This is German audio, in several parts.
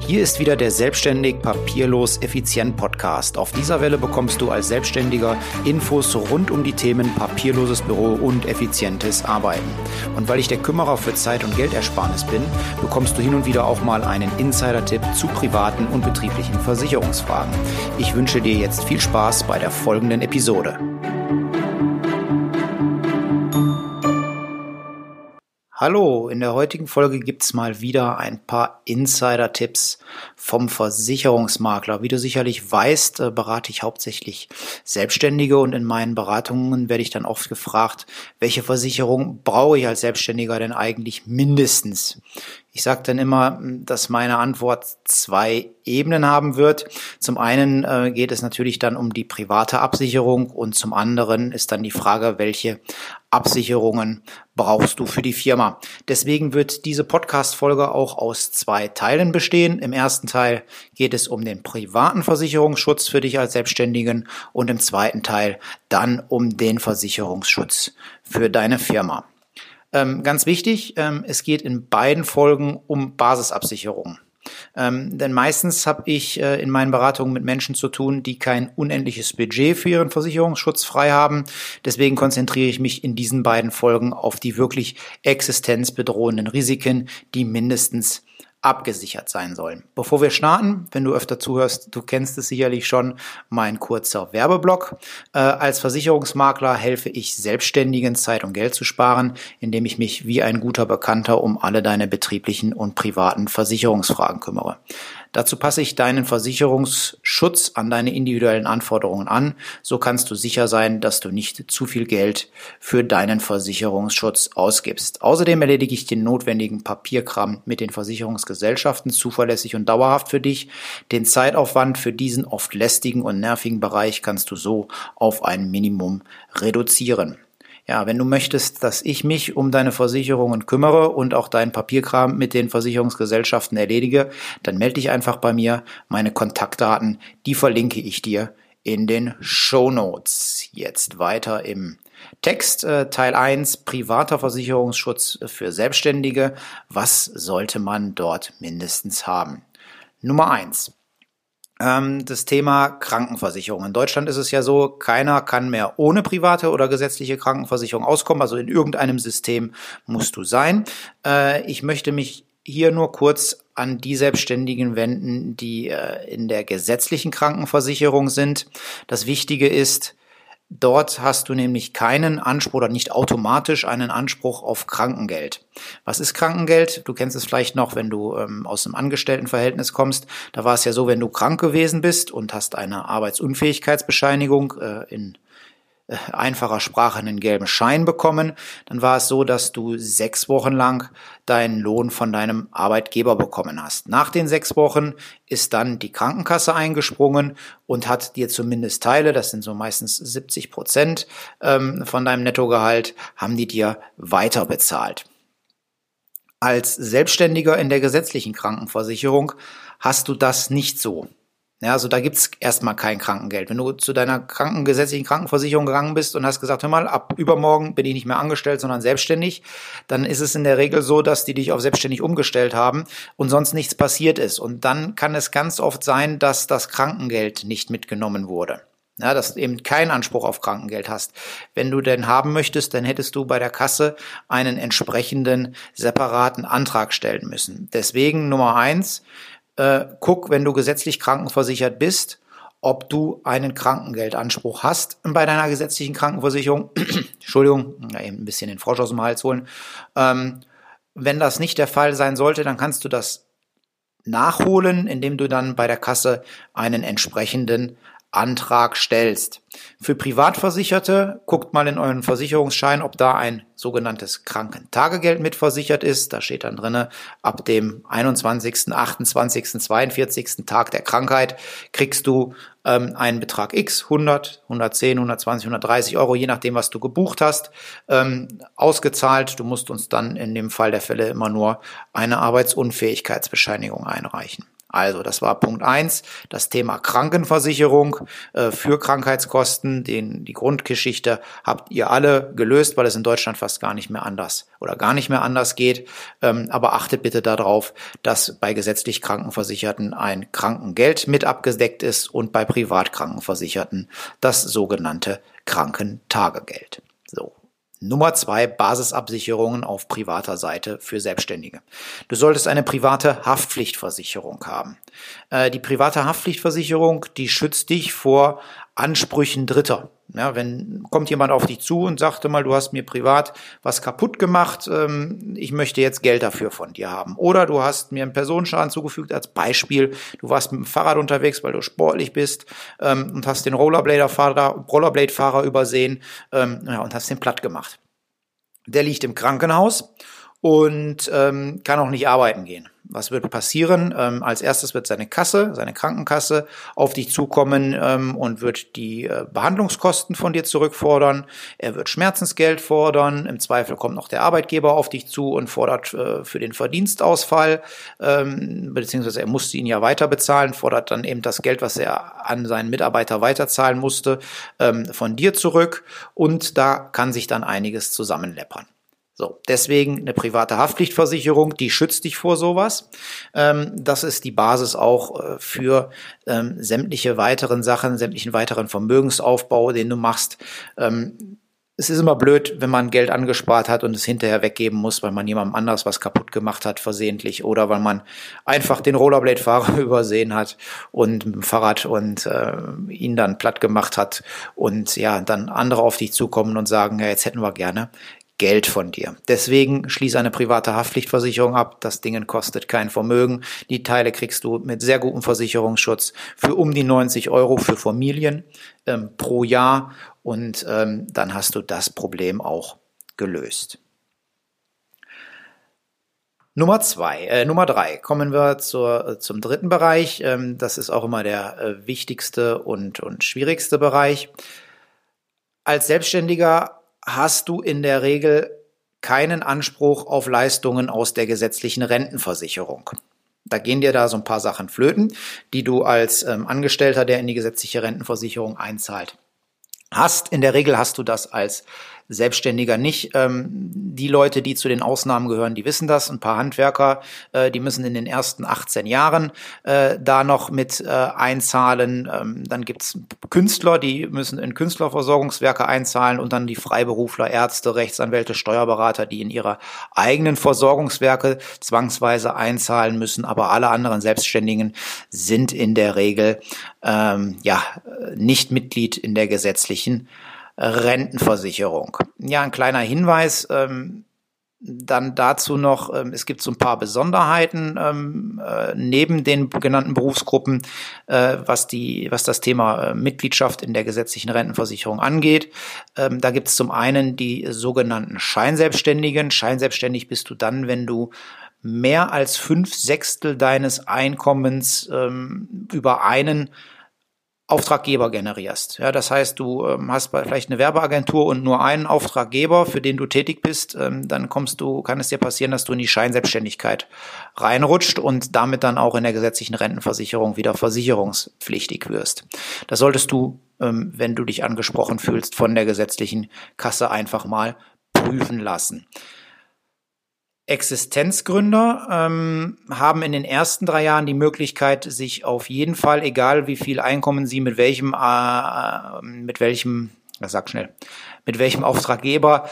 Hier ist wieder der Selbstständig Papierlos Effizient Podcast. Auf dieser Welle bekommst du als Selbstständiger Infos rund um die Themen papierloses Büro und effizientes Arbeiten. Und weil ich der Kümmerer für Zeit- und Geldersparnis bin, bekommst du hin und wieder auch mal einen Insider-Tipp zu privaten und betrieblichen Versicherungsfragen. Ich wünsche dir jetzt viel Spaß bei der folgenden Episode. Hallo, in der heutigen Folge gibt's mal wieder ein paar Insider-Tipps vom Versicherungsmakler. Wie du sicherlich weißt, berate ich hauptsächlich Selbstständige und in meinen Beratungen werde ich dann oft gefragt, welche Versicherung brauche ich als Selbstständiger denn eigentlich mindestens? Ich sage dann immer, dass meine Antwort zwei Ebenen haben wird. Zum einen geht es natürlich dann um die private Absicherung und zum anderen ist dann die Frage, welche Absicherungen brauchst du für die Firma. Deswegen wird diese Podcast-Folge auch aus zwei Teilen bestehen. Im ersten Teil geht es um den privaten Versicherungsschutz für dich als Selbstständigen und im zweiten Teil dann um den Versicherungsschutz für deine Firma. Ganz wichtig, es geht in beiden Folgen um Basisabsicherung. Denn meistens habe ich in meinen Beratungen mit Menschen zu tun, die kein unendliches Budget für ihren Versicherungsschutz frei haben. Deswegen konzentriere ich mich in diesen beiden Folgen auf die wirklich existenzbedrohenden Risiken, die mindestens abgesichert sein sollen. Bevor wir starten, wenn du öfter zuhörst, du kennst es sicherlich schon, mein kurzer Werbeblock. Als Versicherungsmakler helfe ich Selbstständigen, Zeit und Geld zu sparen, indem ich mich wie ein guter Bekannter um alle deine betrieblichen und privaten Versicherungsfragen kümmere. Dazu passe ich deinen Versicherungsschutz an deine individuellen Anforderungen an. So kannst du sicher sein, dass du nicht zu viel Geld für deinen Versicherungsschutz ausgibst. Außerdem erledige ich den notwendigen Papierkram mit den Versicherungsgesellschaften zuverlässig und dauerhaft für dich. Den Zeitaufwand für diesen oft lästigen und nervigen Bereich kannst du so auf ein Minimum reduzieren. Ja, wenn du möchtest, dass ich mich um deine Versicherungen kümmere und auch deinen Papierkram mit den Versicherungsgesellschaften erledige, dann melde dich einfach bei mir. Meine Kontaktdaten, die verlinke ich dir in den Shownotes. Jetzt weiter im Text, Teil 1, privater Versicherungsschutz für Selbstständige. Was sollte man dort mindestens haben? Nummer 1. Das Thema Krankenversicherung. In Deutschland ist es ja so, keiner kann mehr ohne private oder gesetzliche Krankenversicherung auskommen. Also in irgendeinem System musst du sein. Ich möchte mich hier nur kurz an die Selbstständigen wenden, die in der gesetzlichen Krankenversicherung sind. Das Wichtige ist, dort hast du nämlich keinen Anspruch oder nicht automatisch einen Anspruch auf Krankengeld. Was ist Krankengeld? Du kennst es vielleicht noch, wenn du aus einem Angestelltenverhältnis kommst. Da war es ja so, wenn du krank gewesen bist und hast eine Arbeitsunfähigkeitsbescheinigung in einfacher Sprache einen gelben Schein bekommen, dann war es so, dass du 6 Wochen lang deinen Lohn von deinem Arbeitgeber bekommen hast. Nach den 6 Wochen ist dann die Krankenkasse eingesprungen und hat dir zumindest Teile, das sind so meistens 70% von deinem Nettogehalt, haben die dir weiter bezahlt. Als Selbstständiger in der gesetzlichen Krankenversicherung hast du das nicht so. Ja, also da gibt's erstmal kein Krankengeld. Wenn du zu deiner gesetzlichen Krankenversicherung gegangen bist und hast gesagt, hör mal, ab übermorgen bin ich nicht mehr angestellt, sondern selbstständig, dann ist es in der Regel so, dass die dich auf selbstständig umgestellt haben und sonst nichts passiert ist. Und dann kann es ganz oft sein, dass das Krankengeld nicht mitgenommen wurde. Ja, dass du eben keinen Anspruch auf Krankengeld hast. Wenn du denn haben möchtest, dann hättest du bei der Kasse einen entsprechenden separaten Antrag stellen müssen. Deswegen Nummer 1, guck, wenn du gesetzlich krankenversichert bist, ob du einen Krankengeldanspruch hast bei deiner gesetzlichen Krankenversicherung. Entschuldigung, eben ein bisschen den Frosch aus dem Hals holen. Wenn das nicht der Fall sein sollte, dann kannst du das nachholen, indem du dann bei der Kasse einen entsprechenden Antrag stellst. Für Privatversicherte, guckt mal in euren Versicherungsschein, ob da ein sogenanntes Krankentagegeld mitversichert ist. Da steht dann drinne, ab dem 21., 28., 42. Tag der Krankheit kriegst du einen Betrag X, 100, 110, 120, 130 Euro, je nachdem, was du gebucht hast, ausgezahlt. Du musst uns dann in dem Fall der Fälle immer nur eine Arbeitsunfähigkeitsbescheinigung einreichen. Also, das war Punkt 1, das Thema Krankenversicherung für Krankheitskosten. Die Grundgeschichte habt ihr alle gelöst, weil es in Deutschland fast gar nicht mehr anders geht. Aber achtet bitte darauf, dass bei gesetzlich Krankenversicherten ein Krankengeld mit abgedeckt ist und bei Privatkrankenversicherten das sogenannte Krankentagegeld. So. Nummer 2, Basisabsicherungen auf privater Seite für Selbstständige. Du solltest eine private Haftpflichtversicherung haben. Die private Haftpflichtversicherung, die schützt dich vor Ansprüchen Dritter. Ja, kommt jemand auf dich zu und sagte mal, du hast mir privat was kaputt gemacht, ich möchte jetzt Geld dafür von dir haben. Oder du hast mir einen Personenschaden zugefügt, als Beispiel, du warst mit dem Fahrrad unterwegs, weil du sportlich bist und hast den Rollerblade-Fahrer übersehen und hast den platt gemacht. Der liegt im Krankenhaus und kann auch nicht arbeiten gehen. Was wird passieren? Als erstes wird seine Krankenkasse auf dich zukommen und wird die Behandlungskosten von dir zurückfordern. Er wird Schmerzensgeld fordern. Im Zweifel kommt noch der Arbeitgeber auf dich zu und fordert für den Verdienstausfall, beziehungsweise er musste ihn ja weiter bezahlen, fordert dann eben das Geld, was er an seinen Mitarbeiter weiterzahlen musste, von dir zurück. Und da kann sich dann einiges zusammenleppern. So, deswegen eine private Haftpflichtversicherung, die schützt dich vor sowas. Das ist die Basis auch für sämtlichen weiteren Vermögensaufbau, den du machst. Es ist immer blöd, wenn man Geld angespart hat und es hinterher weggeben muss, weil man jemandem anders was kaputt gemacht hat, versehentlich, oder weil man einfach den Rollerblade-Fahrer übersehen hat und mit dem Fahrrad und ihn dann platt gemacht hat und ja, dann andere auf dich zukommen und sagen, ja, jetzt hätten wir gerne Geld von dir. Deswegen schließe eine private Haftpflichtversicherung ab. Das Ding kostet kein Vermögen. Die Teile kriegst du mit sehr gutem Versicherungsschutz für um die 90 € für Familien pro Jahr und dann hast du das Problem auch gelöst. Nummer 3, kommen wir zum dritten Bereich. Das ist auch immer der wichtigste und schwierigste Bereich. Als Selbstständiger hast du in der Regel keinen Anspruch auf Leistungen aus der gesetzlichen Rentenversicherung. Da gehen dir da so ein paar Sachen flöten, die du als Angestellter, der in die gesetzliche Rentenversicherung einzahlt, hast. In der Regel hast du das als Selbstständiger nicht. Die Leute, die zu den Ausnahmen gehören, die wissen das. Ein paar Handwerker, die müssen in den ersten 18 Jahren da noch mit einzahlen. Dann gibt's Künstler, die müssen in Künstlerversorgungswerke einzahlen und dann die Freiberufler, Ärzte, Rechtsanwälte, Steuerberater, die in ihre eigenen Versorgungswerke zwangsweise einzahlen müssen. Aber alle anderen Selbstständigen sind in der Regel nicht Mitglied in der gesetzlichen Rentenversicherung. Ja, ein kleiner Hinweis dann dazu noch, es gibt so ein paar Besonderheiten neben den genannten Berufsgruppen, was das Thema Mitgliedschaft in der gesetzlichen Rentenversicherung angeht. Da gibt es zum einen die sogenannten Scheinselbstständigen. Scheinselbstständig bist du dann, wenn du mehr als 5/6 deines Einkommens über einen Auftraggeber generierst. Ja, das heißt, du hast vielleicht eine Werbeagentur und nur einen Auftraggeber, für den du tätig bist, dann kann es dir passieren, dass du in die Scheinselbstständigkeit reinrutscht und damit dann auch in der gesetzlichen Rentenversicherung wieder versicherungspflichtig wirst. Das solltest du, wenn du dich angesprochen fühlst, von der gesetzlichen Kasse einfach mal prüfen lassen. Existenzgründer haben in den ersten 3 Jahren die Möglichkeit, sich auf jeden Fall, egal wie viel Einkommen sie mit welchem Auftraggeber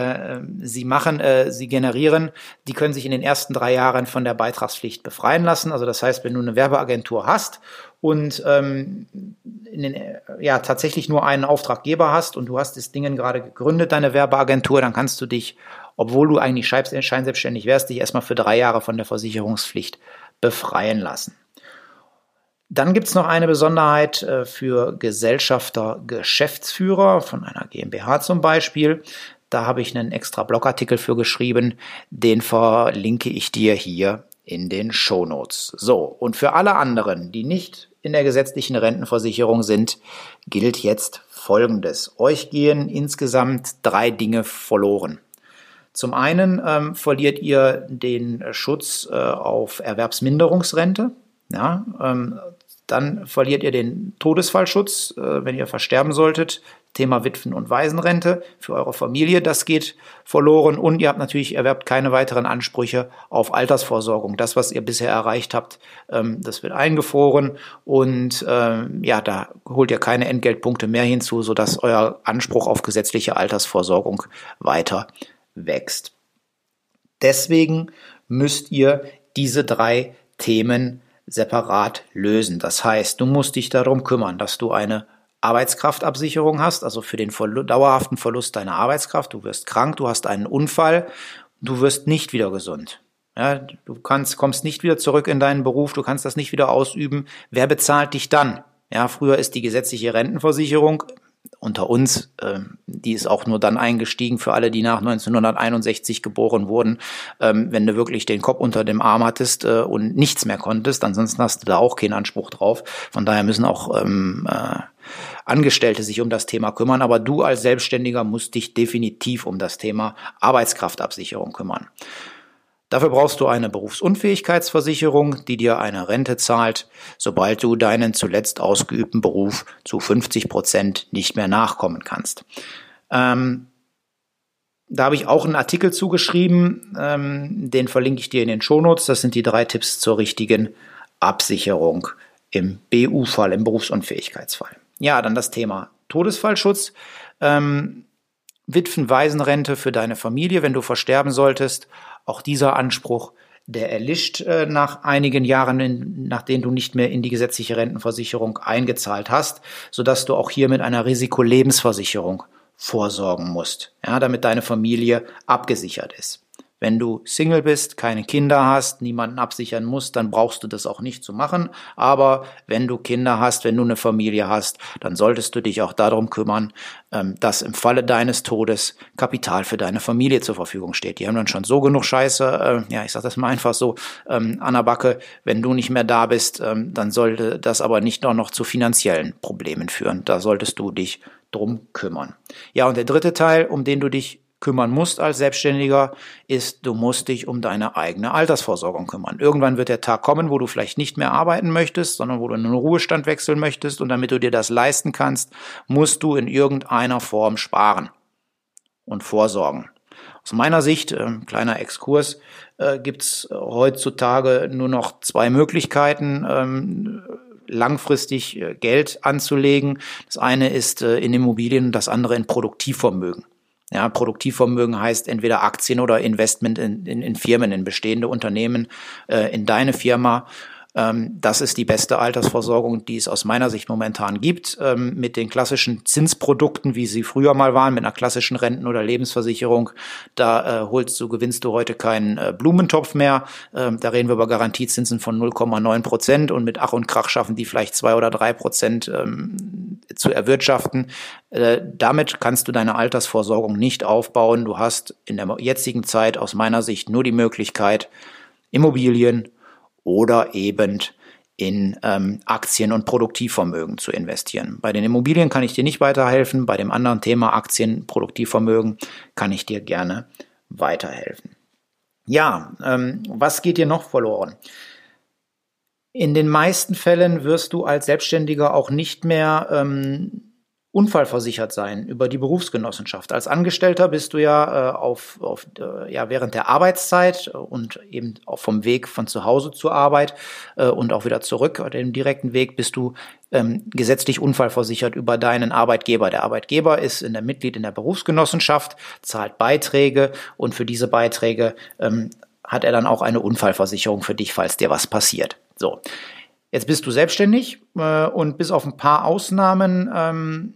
sie generieren, die können sich in den ersten 3 Jahren von der Beitragspflicht befreien lassen. Also das heißt, wenn du eine Werbeagentur hast und tatsächlich nur einen Auftraggeber hast und du hast das Ding gerade gegründet, deine Werbeagentur, dann kannst du dich, obwohl du eigentlich scheinselbstständig wärst, dich erstmal für 3 Jahre von der Versicherungspflicht befreien lassen. Dann gibt's noch eine Besonderheit für Gesellschafter, Geschäftsführer von einer GmbH zum Beispiel. Da habe ich einen extra Blogartikel für geschrieben, den verlinke ich dir hier in den Shownotes. So, und für alle anderen, die nicht in der gesetzlichen Rentenversicherung sind, gilt jetzt Folgendes. Euch gehen insgesamt 3 Dinge verloren. Zum einen verliert ihr den Schutz auf Erwerbsminderungsrente. Ja, dann verliert ihr den Todesfallschutz, wenn ihr versterben solltet. Thema Witwen- und Waisenrente für eure Familie, das geht verloren. Und ihr erwerbt keine weiteren Ansprüche auf Altersvorsorgung. Das, was ihr bisher erreicht habt, das wird eingefroren. Und da holt ihr keine Entgeltpunkte mehr hinzu, sodass euer Anspruch auf gesetzliche Altersvorsorgung weiter wächst. Deswegen müsst ihr diese 3 Themen separat lösen. Das heißt, du musst dich darum kümmern, dass du eine Arbeitskraftabsicherung hast, also für den dauerhaften Verlust deiner Arbeitskraft. Du wirst krank, du hast einen Unfall, du wirst nicht wieder gesund. Ja, du kommst nicht wieder zurück in deinen Beruf, du kannst das nicht wieder ausüben. Wer bezahlt dich dann? Ja, früher ist die gesetzliche Rentenversicherung unter uns, die ist auch nur dann eingestiegen für alle, die nach 1961 geboren wurden, wenn du wirklich den Kopf unter dem Arm hattest und nichts mehr konntest, ansonsten hast du da auch keinen Anspruch drauf. Von daher müssen auch Angestellte sich um das Thema kümmern, aber du als Selbstständiger musst dich definitiv um das Thema Arbeitskraftabsicherung kümmern. Dafür brauchst du eine Berufsunfähigkeitsversicherung, die dir eine Rente zahlt, sobald du deinen zuletzt ausgeübten Beruf zu 50% nicht mehr nachkommen kannst. Da habe ich auch einen Artikel zugeschrieben, den verlinke ich dir in den Shownotes. Das sind die 3 Tipps zur richtigen Absicherung im BU-Fall, im Berufsunfähigkeitsfall. Ja, dann das Thema Todesfallschutz. Witwen-Waisenrente für deine Familie, wenn du versterben solltest. Auch dieser Anspruch, der erlischt nach einigen Jahren, nachdem du nicht mehr in die gesetzliche Rentenversicherung eingezahlt hast, sodass du auch hier mit einer Risikolebensversicherung vorsorgen musst, ja, damit deine Familie abgesichert ist. Wenn du Single bist, keine Kinder hast, niemanden absichern musst, dann brauchst du das auch nicht zu machen. Aber wenn du Kinder hast, wenn du eine Familie hast, dann solltest du dich auch darum kümmern, dass im Falle deines Todes Kapital für deine Familie zur Verfügung steht. Die haben dann schon so genug Scheiße, ich sage das mal einfach so, an der Backe, wenn du nicht mehr da bist, dann sollte das aber nicht noch zu finanziellen Problemen führen. Da solltest du dich drum kümmern. Ja, und der 3. Teil, um den du dich kümmern musst als Selbstständiger, ist, du musst dich um deine eigene Altersvorsorge kümmern. Irgendwann wird der Tag kommen, wo du vielleicht nicht mehr arbeiten möchtest, sondern wo du in den Ruhestand wechseln möchtest, und damit du dir das leisten kannst, musst du in irgendeiner Form sparen und vorsorgen. Aus meiner Sicht, kleiner Exkurs, gibt's heutzutage nur noch 2 Möglichkeiten, langfristig Geld anzulegen. Das eine ist in Immobilien, das andere in Produktivvermögen. Ja, Produktivvermögen heißt entweder Aktien oder Investment in Firmen, in bestehende Unternehmen, in deine Firma. Das ist die beste Altersversorgung, die es aus meiner Sicht momentan gibt, mit den klassischen Zinsprodukten, wie sie früher mal waren, mit einer klassischen Renten- oder Lebensversicherung. Da gewinnst du heute keinen Blumentopf mehr. Da reden wir über Garantiezinsen von 0,9% und mit Ach und Krach schaffen die vielleicht 2 oder 3% zu erwirtschaften. Damit kannst du deine Altersversorgung nicht aufbauen. Du hast in der jetzigen Zeit aus meiner Sicht nur die Möglichkeit, Immobilien oder eben in Aktien und Produktivvermögen zu investieren. Bei den Immobilien kann ich dir nicht weiterhelfen, bei dem anderen Thema Aktien, Produktivvermögen kann ich dir gerne weiterhelfen. Ja, was geht dir noch verloren? In den meisten Fällen wirst du als Selbstständiger auch nicht mehr unfallversichert sein über die Berufsgenossenschaft. Als Angestellter bist du ja während der Arbeitszeit und eben auch vom Weg von zu Hause zur Arbeit und auch wieder zurück, den direkten Weg, bist du gesetzlich unfallversichert über deinen Arbeitgeber. Der Arbeitgeber ist Mitglied in der Berufsgenossenschaft, zahlt Beiträge, und für diese Beiträge hat er dann auch eine Unfallversicherung für dich, falls dir was passiert. So. Jetzt bist du selbstständig und bis auf ein paar Ausnahmen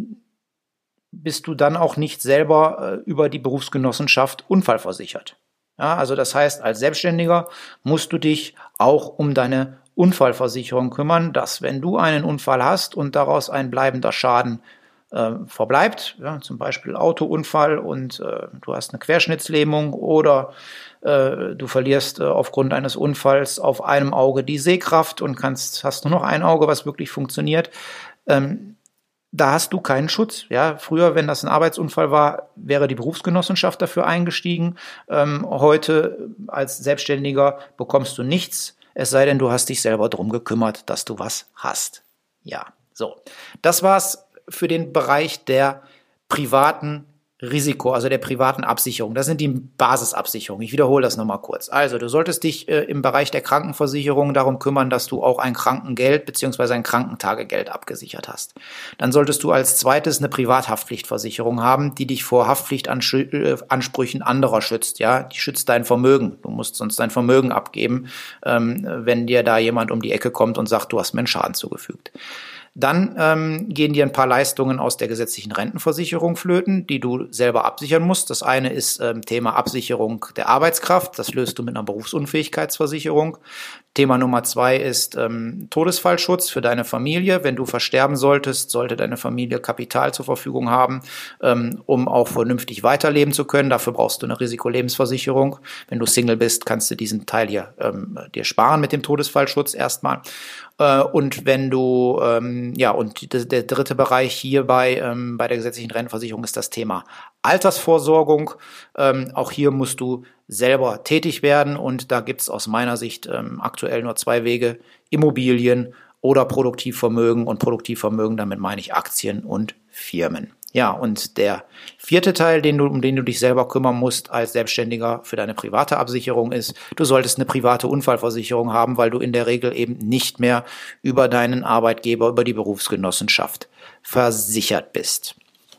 bist du dann auch nicht selber über die Berufsgenossenschaft unfallversichert. Ja, also das heißt, als Selbstständiger musst du dich auch um deine Unfallversicherung kümmern, dass wenn du einen Unfall hast und daraus ein bleibender Schaden verbleibt, ja, zum Beispiel Autounfall und du hast eine Querschnittslähmung oder du verlierst aufgrund eines Unfalls auf einem Auge die Sehkraft und hast nur noch ein Auge, was wirklich funktioniert, da hast du keinen Schutz. Ja, früher, wenn das ein Arbeitsunfall war, wäre die Berufsgenossenschaft dafür eingestiegen. Heute als Selbstständiger bekommst du nichts es sei denn, du hast dich selber drum gekümmert, dass du was hast. Ja, so. Das war's für den Bereich der privaten Risiko, also der privaten Absicherung. Das sind die Basisabsicherungen. Ich wiederhole das nochmal kurz. Also du solltest dich im Bereich der Krankenversicherung darum kümmern, dass du auch ein Krankengeld bzw. ein Krankentagegeld abgesichert hast. Dann solltest du als zweites eine Privathaftpflichtversicherung haben, die dich vor Haftpflichtansprüchen anderer schützt. Ja, die schützt dein Vermögen. Du musst sonst dein Vermögen abgeben, wenn dir da jemand um die Ecke kommt und sagt, du hast mir einen Schaden zugefügt. Dann gehen dir ein paar Leistungen aus der gesetzlichen Rentenversicherung flöten, die du selber absichern musst. Das eine ist Thema Absicherung der Arbeitskraft. Das löst du mit einer Berufsunfähigkeitsversicherung. Thema Nummer 2 ist Todesfallschutz für deine Familie. Wenn du versterben solltest, sollte deine Familie Kapital zur Verfügung haben, um auch vernünftig weiterleben zu können. Dafür brauchst du eine Risikolebensversicherung. Wenn du Single bist, kannst du diesen Teil hier dir sparen mit dem Todesfallschutz erstmal. Und wenn du, und der dritte Bereich hierbei bei der gesetzlichen Rentenversicherung ist das Thema Altersvorsorgung. Auch hier musst du selber tätig werden und da gibt es aus meiner Sicht aktuell nur 2 Wege: Immobilien oder Produktivvermögen. Und Produktivvermögen, damit meine ich Aktien und Firmen. Ja, und der 4. Teil, um den du dich selber kümmern musst als Selbstständiger für deine private Absicherung ist, du solltest eine private Unfallversicherung haben, weil du in der Regel eben nicht mehr über deinen Arbeitgeber, über die Berufsgenossenschaft versichert bist.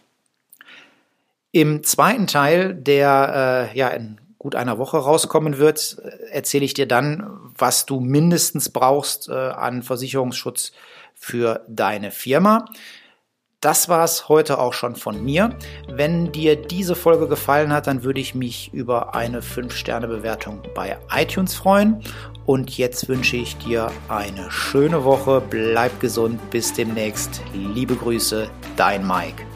Im 2. Teil, der in gut einer Woche rauskommen wird, erzähle ich dir dann, was du mindestens brauchst an Versicherungsschutz für deine Firma. Das war's heute auch schon von mir. Wenn dir diese Folge gefallen hat, dann würde ich mich über eine 5-Sterne-Bewertung bei iTunes freuen. Und jetzt wünsche ich dir eine schöne Woche. Bleib gesund. Bis demnächst. Liebe Grüße, dein Mike.